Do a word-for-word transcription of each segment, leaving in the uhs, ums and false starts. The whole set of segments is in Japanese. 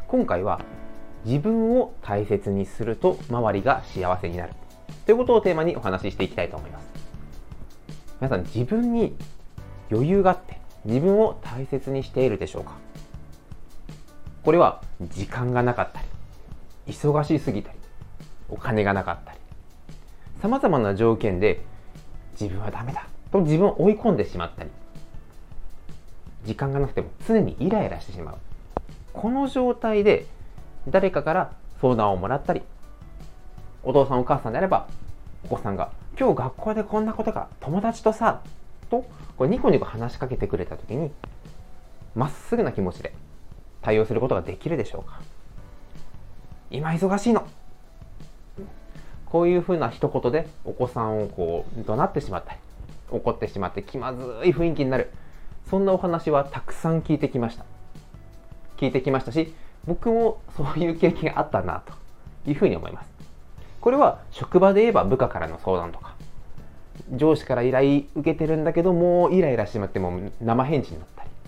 今回は自分を大切にすると周りが幸せになるということをテーマにお話ししていきたいと思います。皆さん、自分に余裕があって自分を大切にしているでしょうか？これは時間がなかったり、忙しすぎたり、お金がなかったり、さまざまな条件で自分はダメだと自分を追い込んでしまったり、時間がなくても常にイライラしてしまう、この状態で誰かから相談をもらったり、お父さんお母さんであればお子さんが今日学校でこんなことが友達とさとこれニコニコ話しかけてくれた時に、まっすぐな気持ちで対応することができるでしょうか？今忙しいの、こういうふうな一言でお子さんをこう怒鳴ってしまったり、怒ってしまって気まずい雰囲気になる、そんなお話はたくさん聞いてきました聞いてきましたし、僕もそういう経験あったなというふうに思います。これは職場で言えば部下からの相談とか、上司から依頼受けてるんだけどもうイライラしてしまっても生返事になったり、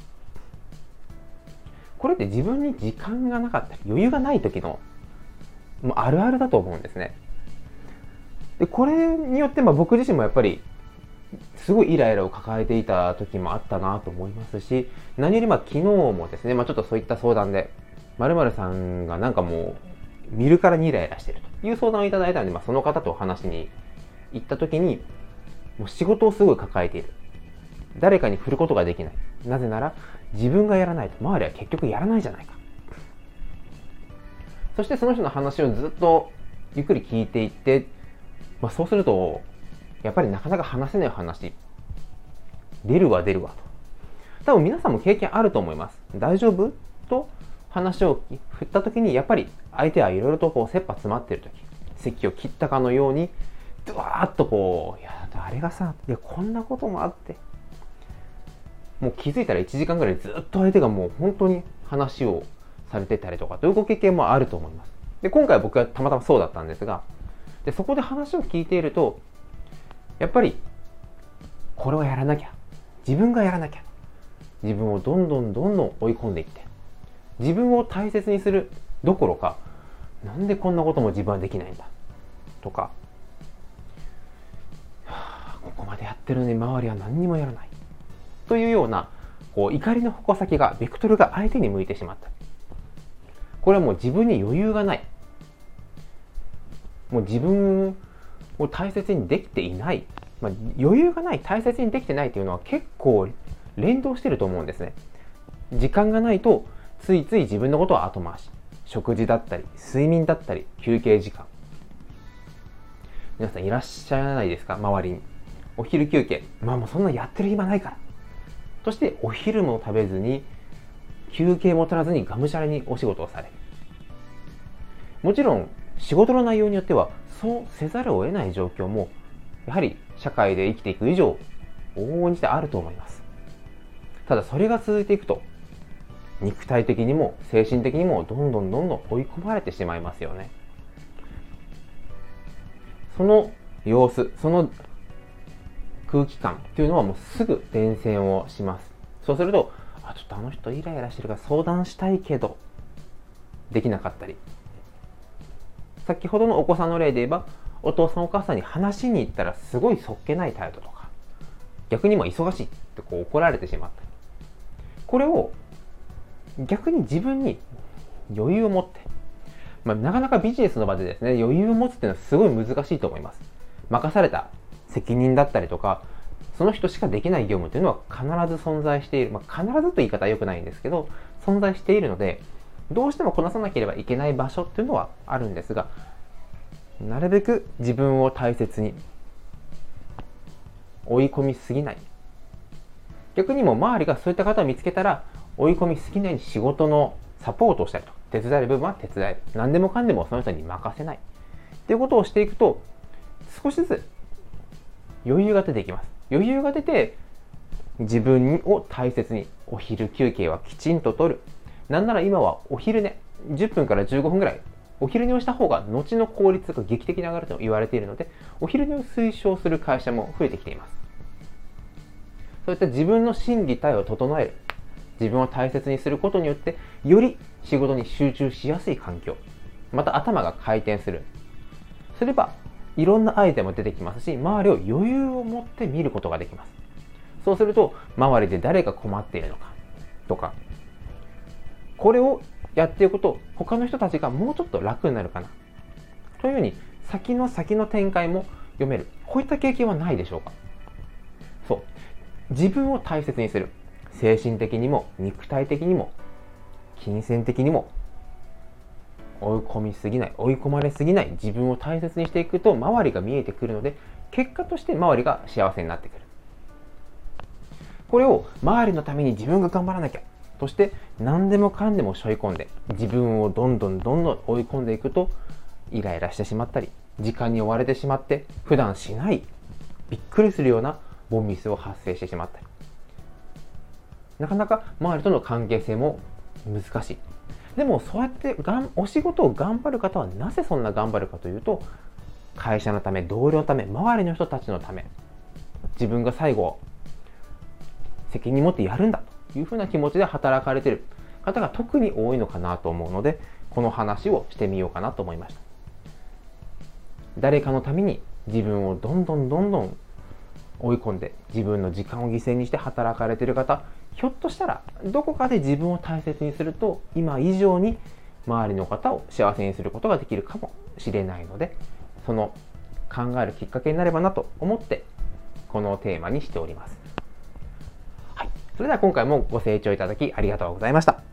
これって自分に時間がなかったり余裕がない時のもうあるあるだと思うんですね。でこれによってまあ僕自身もやっぱりすごいイライラを抱えていた時もあったなと思いますし、何よりまあ昨日もですね、まあ、ちょっとそういった相談で〇〇さんがなんかもう見るからにイライラしているという相談をいただいたので、まあ、その方と話しに行った時に、もう仕事をすごい抱えている、誰かに振ることができない、なぜなら自分がやらないと周りは結局やらないじゃないか。そしてその人の話をずっとゆっくり聞いていって、まあ、そうするとやっぱりなかなか話せない話出るわ出るわと、多分皆さんも経験あると思います。大丈夫と話を振った時に、やっぱり相手はいろいろとこう切羽詰まっている時、席を切ったかのようにドワーッとこう、いやあれがさ、いやこんなこともあって、もう気づいたらいちじかんぐらいずっと相手がもう本当に話をされてたりとかというご経験もあると思います。で今回僕はたまたまそうだったんですが、でそこで話を聞いていると、やっぱりこれをやらなきゃ、自分がやらなきゃ、自分をどんどんどんどん追い込んでいって、自分を大切にするどころか、なんでこんなことも自分はできないんだとか、はあ、ここまでやってるのに周りは何にもやらないというようなこう怒りの矛先が、ベクトルが相手に向いてしまった。これはもう自分に余裕がない、もう自分を大切にできていない、まあ、余裕がない、大切にできてないというのは結構連動していると思うんですね。時間がないとついつい自分のことは後回し、食事だったり睡眠だったり休憩時間、皆さんいらっしゃらないですか？周りにお昼休憩、まあもうそんなやってる暇ないからとしてお昼も食べずに休憩も取らずにがむしゃらにお仕事をされる。もちろん仕事の内容によってはそうせざるを得ない状況もやはり社会で生きていく以上往々にしてあると思います。ただそれが続いていくと、肉体的にも精神的にもどんどんどんどん追い込まれてしまいますよね。その様子、その空気感というのはもうすぐ伝染をします。そうすると、あ、ちょっとあの人イライラしてるから相談したいけどできなかったり、先ほどのお子さんの例で言えば、お父さんお母さんに話しに行ったらすごいそっけない態度とか、逆にも忙しいってこう怒られてしまった。これを逆に自分に余裕を持って、まあ、なかなかビジネスの場でですね、余裕を持つっていうのはすごい難しいと思います。任された責任だったりとか、その人しかできない業務というのは必ず存在している、まあ、必ずという言い方は良くないんですけど、存在しているので、どうしてもこなさなければいけない場所っていうのはあるんですが、なるべく自分を大切に、追い込みすぎない。逆にも周りがそういった方を見つけたら、追い込みすぎないように仕事のサポートをしたりとか、手伝える部分は手伝える。何でもかんでもその人に任せない。っていうことをしていくと、少しずつ余裕が出ていきます。余裕が出て、自分を大切に、お昼休憩はきちんと取る。なんなら今はお昼寝、じゅっぷんからじゅうごふんぐらい、お昼寝をした方が後の効率が劇的に上がると言われているので、お昼寝を推奨する会社も増えてきています。そういった自分の心技体を整える、 自分を大切にすることによってより仕事に集中しやすい環境、また頭が回転する、すればいろんなアイデアも出てきますし、周りを余裕を持って見ることができます。そうすると周りで誰が困っているのかとか、これをやっていくと他の人たちがもうちょっと楽になるかなというように、先の先の展開も読める、こういった経験はないでしょうか。そう、自分を大切にする、精神的にも肉体的にも金銭的にも追い込みすぎない、追い込まれすぎない自分を大切にしていくと周りが見えてくるので、結果として周りが幸せになってくる。これを周りのために自分が頑張らなきゃとして何でもかんでも背負い込んで自分をどんどんどんどん追い込んでいくと、イライラしてしまったり時間に追われてしまって普段しないびっくりするようなボンミスを発生してしまったり、なかなか周りとの関係性も難しい。でもそうやってがんお仕事を頑張る方はなぜそんな頑張るかというと、会社のため、同僚のため、周りの人たちのため、自分が最後責任持ってやるんだというふうな気持ちで働かれている方が特に多いのかなと思うので、この話をしてみようかなと思いました。誰かのために自分をどんどんどんどん追い込んで自分の時間を犠牲にして働かれている方、ひょっとしたらどこかで自分を大切にすると今以上に周りの方を幸せにすることができるかもしれないので、その考えるきっかけになればなと思ってこのテーマにしております。はい、それでは今回もご清聴いただきありがとうございました。